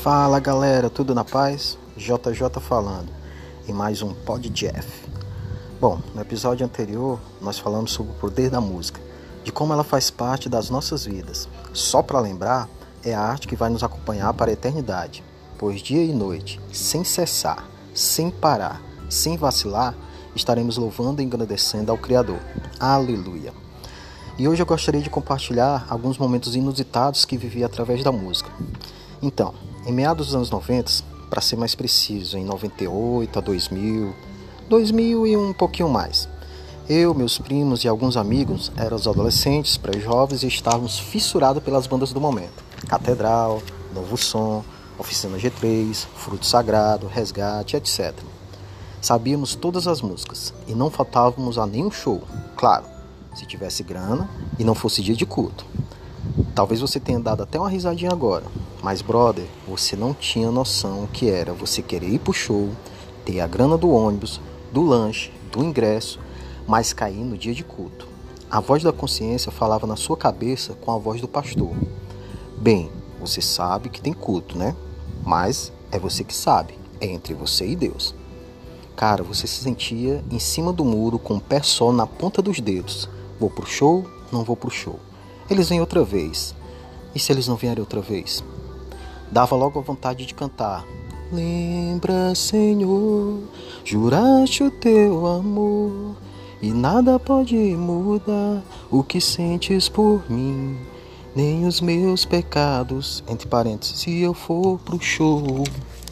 Fala galera, tudo na paz? JJ falando em mais um Pod Jeff. Bom, no episódio anterior nós falamos sobre o poder da música, de como ela faz parte das nossas vidas. Só para lembrar, é a arte que vai nos acompanhar para a eternidade, pois dia e noite, sem cessar, sem parar, sem vacilar, estaremos louvando e engrandecendo ao Criador. Aleluia! E hoje eu gostaria de compartilhar alguns momentos inusitados que vivi através da música. Então, em meados dos anos 90, para ser mais preciso, em 98 a 2000 e um pouquinho mais, eu, meus primos e alguns amigos éramos adolescentes, pré-jovens e estávamos fissurados pelas bandas do momento. Catedral, Novo Som, Oficina G3, Fruto Sagrado, Resgate, etc. Sabíamos todas as músicas e não faltávamos a nenhum show, claro, se tivesse grana e não fosse dia de culto. Talvez você tenha dado até uma risadinha agora, mas brother, você não tinha noção que era você querer ir pro show, ter a grana do ônibus, do lanche, do ingresso, mas cair no dia de culto. A voz da consciência falava na sua cabeça com a voz do pastor. Bem, você sabe que tem culto, né? Mas é você que sabe, é entre você e Deus. Cara, você se sentia em cima do muro com o pé só na ponta dos dedos. Vou pro show? Não vou pro show. Eles vêm outra vez. E se eles não vierem outra vez? Dava logo a vontade de cantar. Lembra, Senhor, juraste o teu amor, e nada pode mudar o que sentes por mim, nem os meus pecados, entre parênteses, se eu for pro show.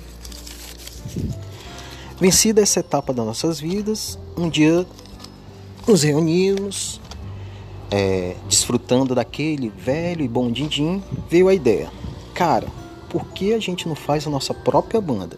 Vencida essa etapa das nossas vidas, um dia nos reunimos, desfrutando daquele velho e bom din-din, veio a ideia. Cara, por que a gente não faz a nossa própria banda?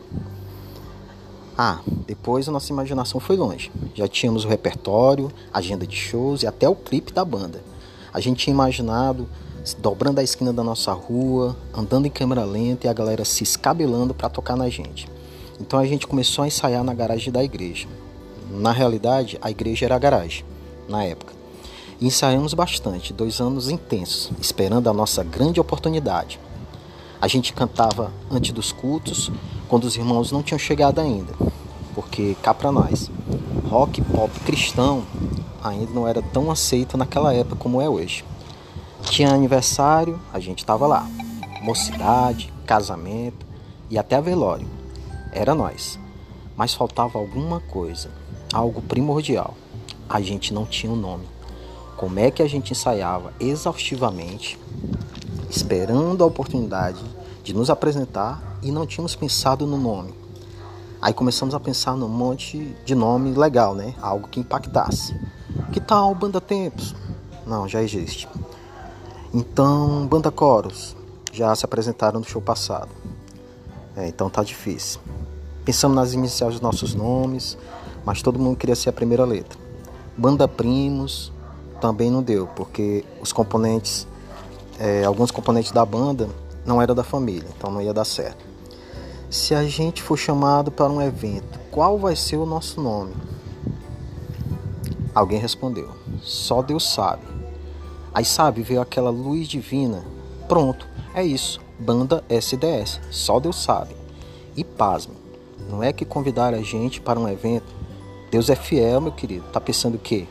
Depois a nossa imaginação foi longe. Já tínhamos o repertório, agenda de shows e até o clipe da banda. A gente tinha imaginado dobrando a esquina da nossa rua, andando em câmera lenta e a galera se escabelando para tocar na gente. Então a gente começou a ensaiar na garagem da igreja. Na realidade, a igreja era a garagem, na época. E ensaiamos bastante, 2 anos intensos, esperando a nossa grande oportunidade. A gente cantava antes dos cultos, quando os irmãos não tinham chegado ainda. Porque, cá pra nós, rock pop cristão ainda não era tão aceito naquela época como é hoje. Tinha aniversário, a gente estava lá. Mocidade, casamento e até velório. Era nós. Mas faltava alguma coisa, algo primordial. A gente não tinha um nome. Como é que a gente ensaiava exaustivamente, esperando a oportunidade de nos apresentar e não tínhamos pensado no nome? Aí começamos a pensar num monte de nome legal, né? Algo que impactasse. Que tal Banda Tempos? Não, já existe. Então, Banda Coros? Já se apresentaram no show passado. Então tá difícil. Pensamos nas iniciais dos nossos nomes, mas todo mundo queria ser a primeira letra. Banda Primos também não deu, porque os componentes, alguns componentes da banda não eram da família, então não ia dar certo. Se a gente for chamado para um evento, qual vai ser o nosso nome? Alguém respondeu, só Deus sabe. Aí veio aquela luz divina, pronto, é isso, Banda SDS, só Deus sabe. E pasme, não é que convidaram a gente para um evento? Deus é fiel, meu querido, tá pensando o quê?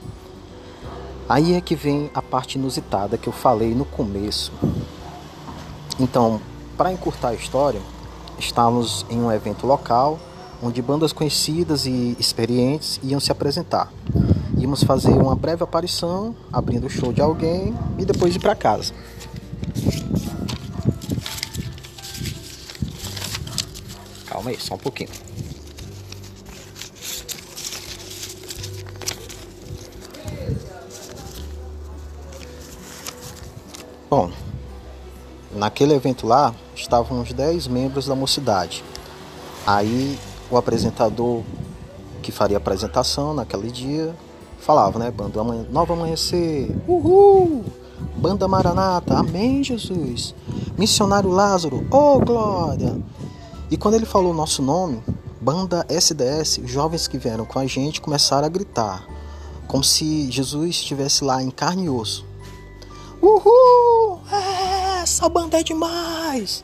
Aí é que vem a parte inusitada que eu falei no começo. Então, para encurtar a história, estávamos em um evento local, onde bandas conhecidas e experientes iam se apresentar. Íamos fazer uma breve aparição, abrindo o show de alguém e depois ir para casa. Calma aí, só um pouquinho. Bom, naquele evento lá, estavam uns 10 membros da mocidade. Aí o apresentador que faria a apresentação naquele dia falava, né? Banda Nova Amanhecer, uhul! Banda Maranata, amém Jesus! Missionário Lázaro, oh glória! E quando ele falou o nosso nome, Banda SDS, os jovens que vieram com a gente começaram a gritar, como se Jesus estivesse lá em carne e osso. Uhul! Essa banda é demais!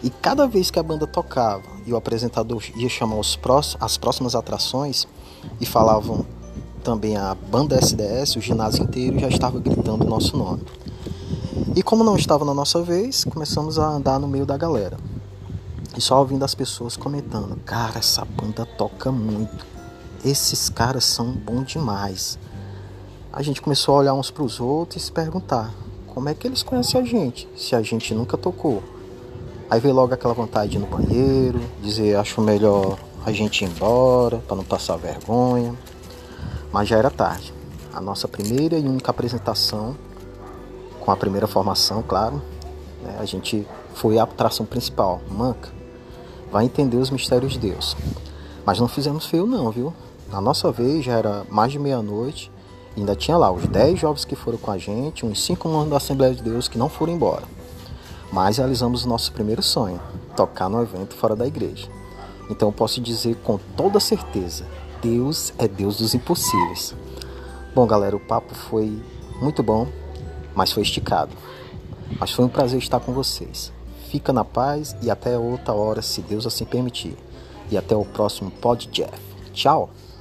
E cada vez que a banda tocava e o apresentador ia chamar as próximas atrações e falavam também a banda SDS, o ginásio inteiro já estava gritando o nosso nome. E como não estava na nossa vez, começamos a andar no meio da galera. E só ouvindo as pessoas comentando: cara, essa banda toca muito. Esses caras são bons demais. A gente começou a olhar uns para os outros e se perguntar: como é que eles conhecem a gente, se a gente nunca tocou? Aí veio logo aquela vontade de ir no banheiro, dizer: acho melhor a gente ir embora, para não passar vergonha. Mas já era tarde. A nossa primeira e única apresentação, com a primeira formação, claro, né? A gente foi a atração principal, Manca. Vai entender os mistérios de Deus. Mas não fizemos feio não, viu? Na nossa vez já era mais de meia-noite. E ainda tinha lá os 10 jovens que foram com a gente, uns 5 anos da Assembleia de Deus que não foram embora. Mas realizamos o nosso primeiro sonho, tocar no evento fora da igreja. Então eu posso dizer com toda certeza: Deus é Deus dos impossíveis. Bom, galera, o papo foi muito bom, mas foi esticado. Mas foi um prazer estar com vocês. Fica na paz e até outra hora, se Deus assim permitir. E até o próximo Pod Jeff. Tchau!